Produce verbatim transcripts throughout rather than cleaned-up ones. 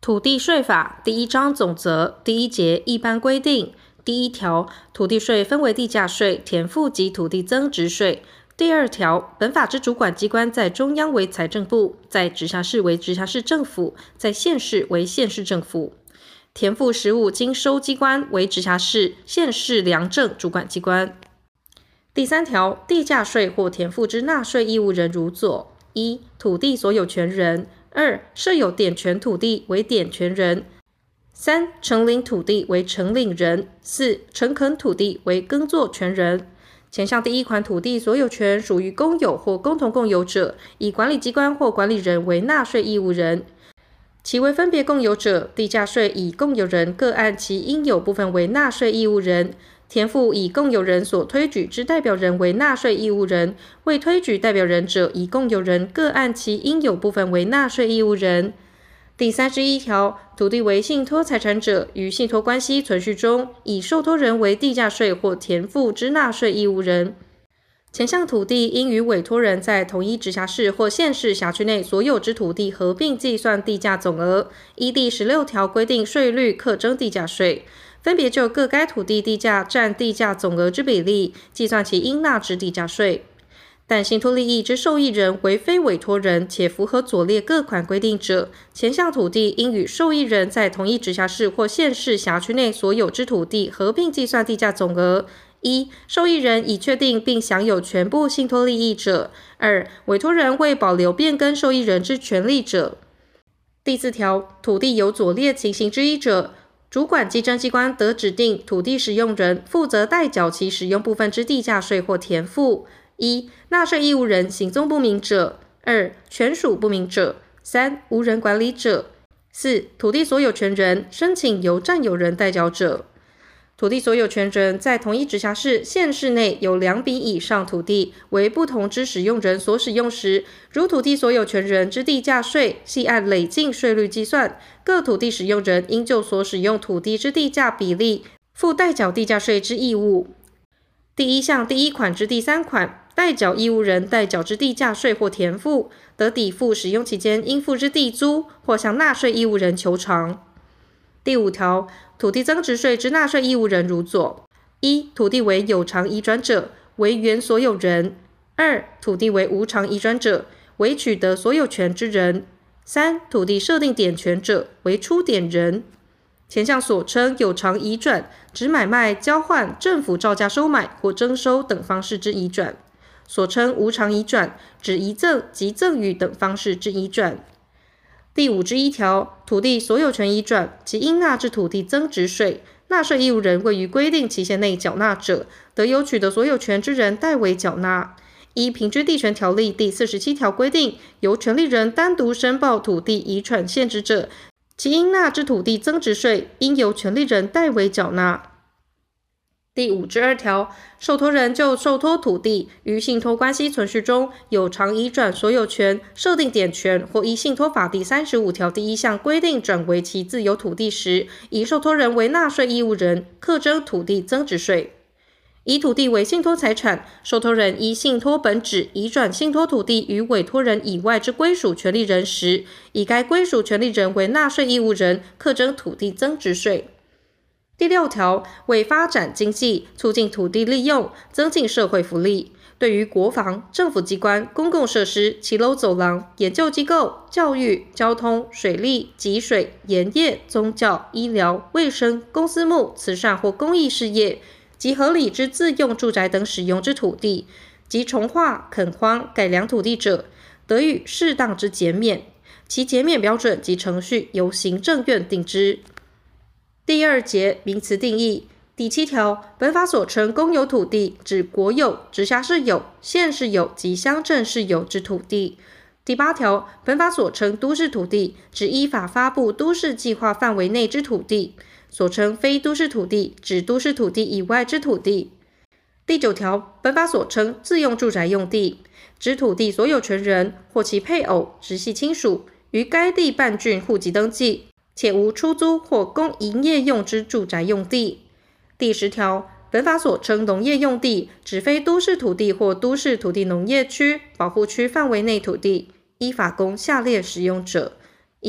土地税法第一章总则第一节一般规定。第一条，土地税分为地价税、田赋及土地增值税。第二条，本法之主管机关在中央为财政部，在直辖市为直辖市政府，在县市为县市政府。田赋实务经收机关为直辖市、县市良政主管机关。第三条，地价税或田赋之纳税义务人如左：一、土地所有权人；二、设有典权土地为典权人；三、承领土地为承领人；四、承垦土地为耕作权人。前项第一款土地所有权属于公有或共同共有者，以管理机关或管理人为纳税义务人。其为分别共有者，地价税以共有人各按其应有部分为纳税义务人；田赋以共有人所推举之代表人为纳税义务人，未推举代表人者，以共有人各按其应有部分为纳税义务人。第三十一条，土地为信托财产者，于信托关系存续中，以受托人为地价税或田赋之纳税义务人。前项土地应与委托人在同一直辖市或县市辖区内所有之土地合并计算地价总额，依第十六条规定税率课征地价税，分别就各该土地地价占地价总额之比例，计算其应纳之地价税。但信托利益之受益人为非委托人，且符合左列各款规定者，前项土地应与受益人在同一直辖市或县市辖区内所有之土地合并计算地价总额。一、受益人已确定并享有全部信托利益者；二、委托人未保留变更受益人之权利者。第四条，土地有左列情形之一者，主管稽征机关得指定土地使用人负责代缴其使用部分之地价税或田赋。一、纳税义务人行踪不明者；二、权属不明者；三、无人管理者；四、土地所有权人申请由占有人代缴者。土地所有权人在同一直辖市、县市内有两笔以上土地为不同之使用人所使用时，如土地所有权人之地价税系按累进税率计算，各土地使用人应就所使用土地之地价比例负代缴地价税之义务。第一项第一款之第三款，代缴义务人代缴之地价税或田赋，得抵付使用期间应付之地租，或向纳税义务人求偿。第五条，土地增值税之纳税义务人如左：一、土地为有偿移转者，为原所有人；二、土地为无偿移转者，为取得所有权之人；三、土地设定典权者，为出典人。前项所称有偿移转，指买卖、交换、政府照价收买或征收等方式之移转；所称无偿移转，指遗赠及赠与等方式之移转。第五之一条，土地所有权移转及应纳之土地增值税，纳税义务人未于规定期限内缴纳者，得由取得所有权之人代为缴纳。依《平均地权条例》第四十七条规定，由权利人单独申报土地遗产现值者，其应纳之土地增值税，应由权利人代为缴纳。第五之二条，受托人就受托土地于信托关系存续中有偿移转所有权、设定典权或依信托法第三十五条第一项规定转为其自有土地时，以受托人为纳税义务人，课征土地增值税。以土地为信托财产，受托人依信托本旨移转信托土地于委托人以外之归属权利人时，以该归属权利人为纳税义务人，课征土地增值税。第六条，为发展经济、促进土地利用、增进社会福利，对于国防、政府机关、公共设施、骑楼走廊、研究机构、教育、交通、水利、给水、盐业、宗教、医疗、卫生、公私募、慈善或公益事业及合理之自用住宅等使用之土地，及重划、垦荒、改良土地者，得予适当之减免，其减免标准及程序由行政院定之。第二节名词定义。第七条，本法所称公有土地，指国有、直辖市有、县市有及乡镇市有之土地。第八条，本法所称都市土地，指依法发布都市计划范围内之土地。所称非都市土地，指都市土地以外之土地。第九条，本法所称自用住宅用地，指土地所有权人或其配偶、直系亲属于该地办竣户籍登记，且无出租或供营业用之住宅用地。第十条，本法所称农业用地，指非都市土地或都市土地农业区、保护区范围内土地，依法供下列使用者：一、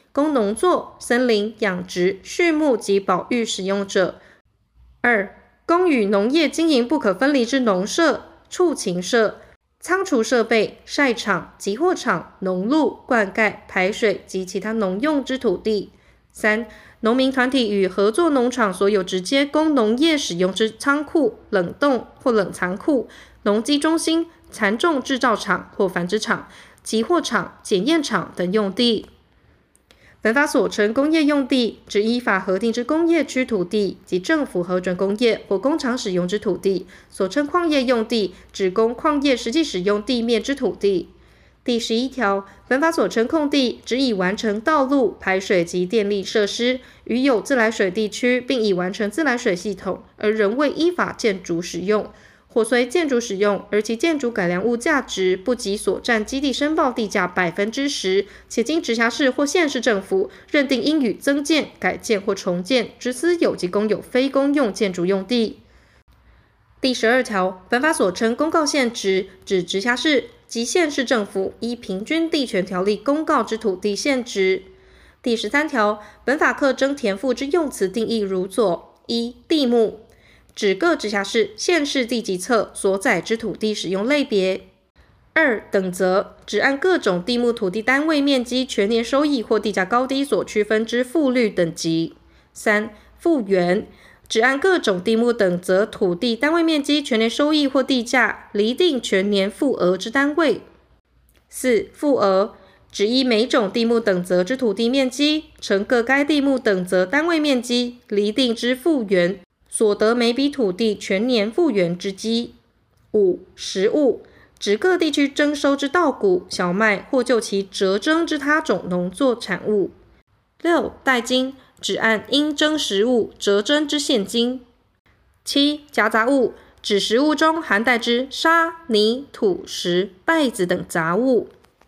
供农作、森林、养殖、畜牧及保育使用者；二、供与农业经营不可分离之农舍、畜禽舍、仓储设备、晒场、集货场、农路、灌溉、排水及其他农用之土地；三、农民团体与合作农场所有直接供农业使用之仓库、冷冻或冷藏库、农机中心、蚕种制造厂或繁殖场、集货场、检验场等用地。本法所称工业用地，指依法核定之工业区土地及政府核准工业或工厂使用之土地；所称矿业用地，指供矿业实际使用地面之土地。第十一条，本法所称空地，指已完成道路、排水及电力设施，与有自来水地区，并已完成自来水系统，而仍未依法建筑使用，或虽建筑使用，而其建筑改良物价值不及所占基地申报地价百分之十，且经直辖市或县市政府认定应予增建、改建或重建之私有及公有非公用建筑用地。第十二条，本法所称公告现值，指直辖市及县市政府依平均地权条例公告之土地现值。第十三条，本法课征田赋之用词定义如左：一、地目，指各直辖市、县市地籍册所载之土地使用类别；二、等则，指按各种地目土地单位面积全年收益或地价高低所区分之赋率等级；三、复原，指按各种地目等则土地单位面积全年收益或地价厘定全年赋额之单位；四、赋额，指依每种地目等则之土地面积乘各该地目等则单位面积厘定之复原所得每笔土地全年复原之基。五、实物，指各地区征收之稻谷、小麦或就其折征之他种农作产物。六、代金，指按应征实物折征之现金。七、夹杂物，指实物中含带之沙、泥、土、石、稗子等杂物。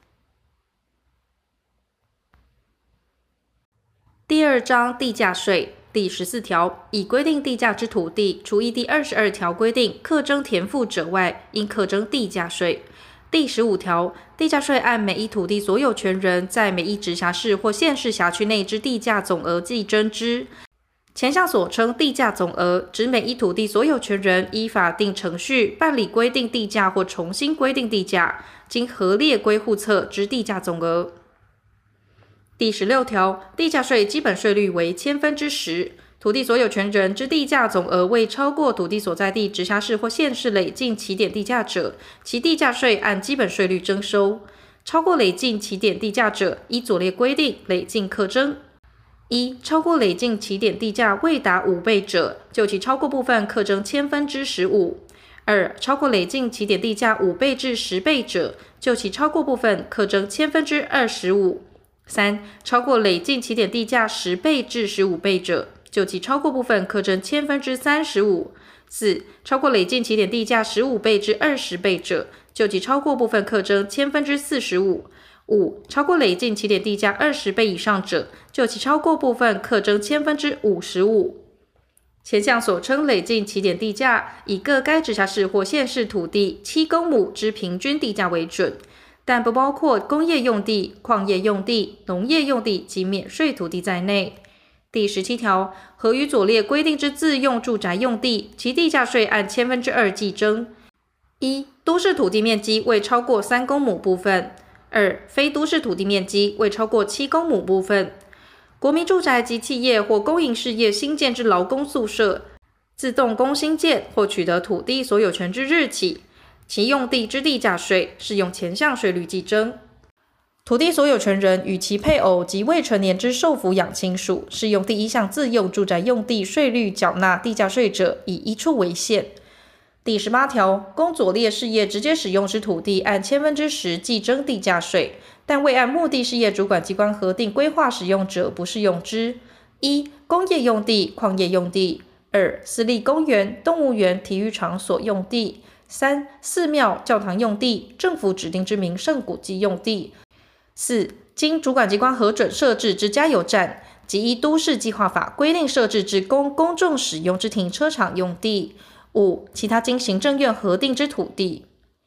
第二章地价税第十四条，已规定地价之土地，除依第二十二条规定课征田赋者外，应课征地价税。第十五条，地价税按每一土地所有权人在每一直辖市或县市辖区内之地价总额计征之。前项所称地价总额，指每一土地所有权人依法定程序办理规定地价或重新规定地价，经核列归户册之地价总额。第十六条，地价税基本税率为千分之十，土地所有权人之地价总额未超过土地所在地直辖市或县市累进起点地价者，其地价税按基本税率征收；超过累进起点地价者，依左列规定累进课征。一、超过累进起点地价未达五倍者，就其超过部分课征千分之十五；二、超过累进起点地价五倍至十倍者，就其超过部分课征千分之二十五；三、超过累进起点地价十倍至十五倍者，就其超过部分课征千分之三十五；四、超过累进起点地价十五倍至二十倍者，就其超过部分课征千分之四十五；五、超过累进起点地价二十倍以上者，就其超过部分课征千分之五十五。前项所称累进起点地价，以各该直辖市或县市土地七公亩之平均地价为准，但不包括工业用地、矿业用地、农业用地及免税土地在内。第十七条，合于左列规定之自用住宅用地，其地价税按千分之二计征。一、都市土地面积未超过三公亩部分；二、非都市土地面积未超过七公亩部分。国民住宅及企业或公营事业新建之劳工宿舍，自动工新建或取得土地所有权之日起，其用地之地价税适用前项税率计征。土地所有权人与其配偶及未成年之受抚养亲属，适用第一项自用住宅用地税率缴纳地价税者，以一处为限。第十八条，供左列事业直接使用之土地，按千分之十计征地价税，但未按目的事业主管机关核定规划使用者，不适用之。一、工业用地、矿业用地；二、私立公园、动物园、体育场所用地；三、寺庙、教堂用地、政府指定之名胜古迹用地；四、经主管机关核准设置之加油站及依都市计划法规定设置之供公众使用之停车场用地；五、其他经行政院核定之土地。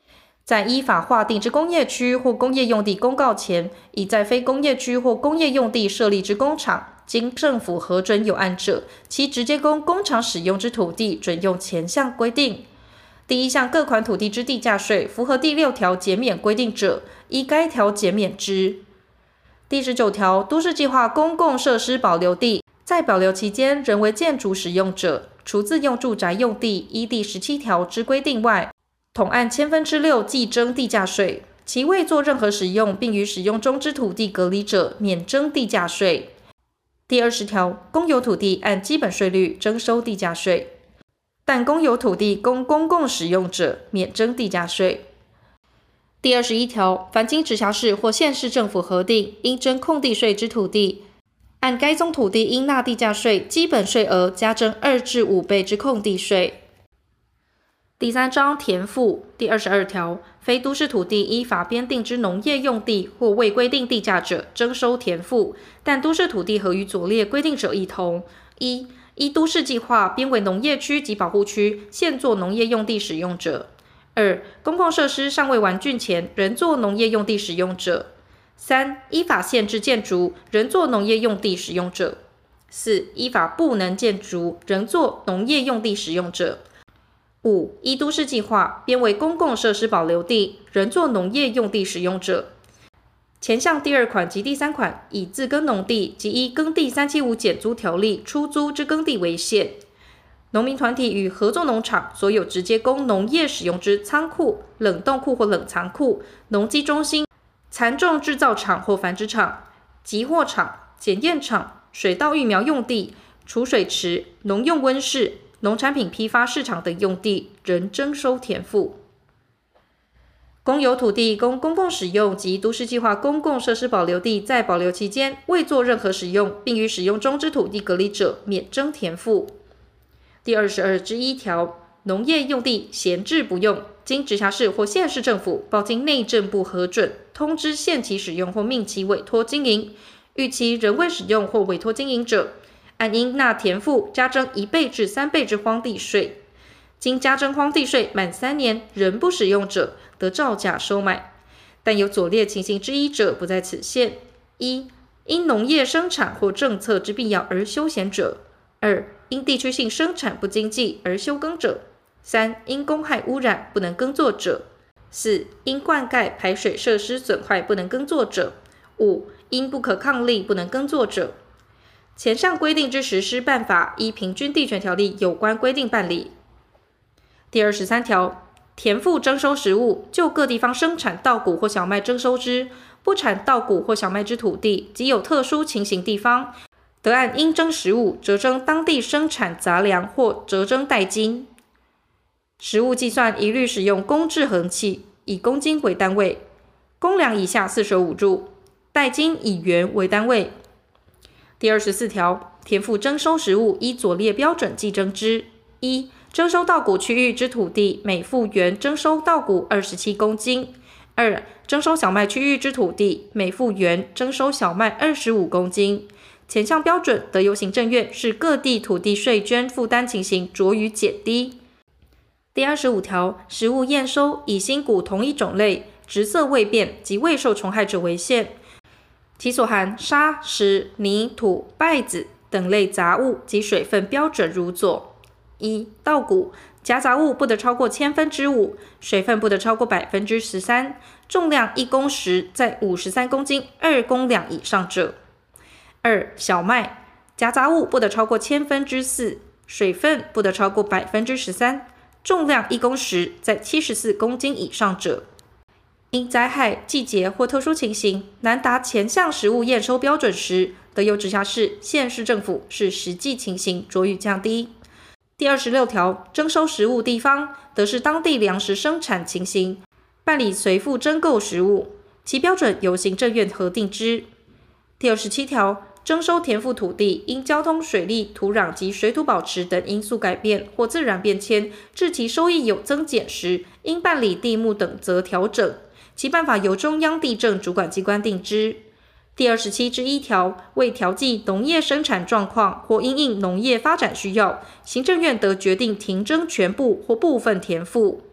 在依法划定之工业区或工业用地公告前，已在非工业区或工业用地设立之工厂，经政府核准有案者，其直接供工厂使用之土地准用前项规定。第一项各款土地之地价税符合第六条减免规定者，依该条减免之。第十九条，都市计划公共设施保留地，在保留期间仍为建筑使用者，除自用住宅用地依第十七条之规定外，统按千分之六计征地价税。其未做任何使用，并于使用中之土地隔离者，免征地价税。第二十条，公有土地按基本税率征收地价税，但公有土地供公共使用者，免征地价税。第二十一条，凡经直辖市或县市政府核定应征空地税之土地，按该宗土地应纳地价税基本税额加征二至五倍之空地税。第三章田赋第二十二条，非都市土地依法编定之农业用地或未规定地价者，征收田赋，但都市土地和于左列规定者异同：一、依都市计划编为农业区及保护区，现作农业用地使用者；二、公共设施尚未完竣前，仍作农业用地使用者；三、依法限制建筑，仍作农业用地使用者；四、依法不能建筑，仍作农业用地使用者。五、依都市计划编为公共设施保留地，仍作农业用地使用者。前项第二款及第三款以自耕农地及依耕地三七五减租条例出租之耕地为限。农民团体与合作农场所有直接供农业使用之仓库、冷冻库或冷藏库、农机中心、蚕种制造厂或繁殖场、集货场、检验场、水稻育苗用地、储水池、农用温室、农产品批发市场等用地，仍征收田赋。公有土地供公共使用及都市计划公共设施保留地在保留期间未做任何使用，并于使用中之土地隔离者，免征田赋。第二十二之一条，农业用地闲置不用，经直辖市或县市政府报经内政部核准，通知限期使用或命其委托经营，逾期仍未使用或委托经营者，按应纳田赋加征一倍至三倍之荒地税。经加征荒地税满三年仍不使用者，得照价收买，但有左列情形之一者，不在此限：一、因农业生产或政策之必要而休闲者；二、因地区性生产不经济而休耕者；三、因公害污染不能耕作者；四、因灌溉排水设施损坏不能耕作者；五、因不可抗力不能耕作者。前项规定之实施办法，依平均地权条例有关规定办理。第二十三条，田赋征收实务，就各地方生产稻谷或小麦征收之，不产稻谷或小麦之土地，及有特殊情形地方，得按应征实务折征当地生产杂粮或折征代金。实务计算一律使用公制衡器，以公斤为单位，公粮以下四舍五入，代金以元为单位。第二十四条，田赋征收实务依左列标准计征之：一、征收稻谷区域之土地，每复原征收稻谷二十七公斤；二、征收小麦区域之土地，每复原征收小麦二十五公斤。前项标准得由行政院视各地土地税捐负担情形酌予减低。第二十五条，实物验收以新谷同一种类、质色未变及未受虫害者为限，其所含沙、石、泥、土、稗子等类杂物及水分标准如左：一、稻谷夹杂物不得超过千分之五，水分不得超过百分之十三，重量一公时在五十三公斤二公两以上者；二、小麦夹杂物不得超过千分之四，水分不得超过百分之十三，重量一公时在七十四公斤以上者。因灾害、季节或特殊情形难达前项实务验收标准时，得由直辖市、县市政府视实际情形酌予降低。第二十六条，征收实务地方，得视当地粮食生产情形，办理随附征购实务，其标准由行政院核定之。第二十七条，征收田赋土地，因交通、水利、土壤及水土保持等因素改变或自然变迁，致其收益有增减时，应办理地目等则调整，其办法由中央地政主管机关定之。第二十七之一条，为调剂农业生产状况或因应农业发展需要，行政院得决定停征全部或部分田赋。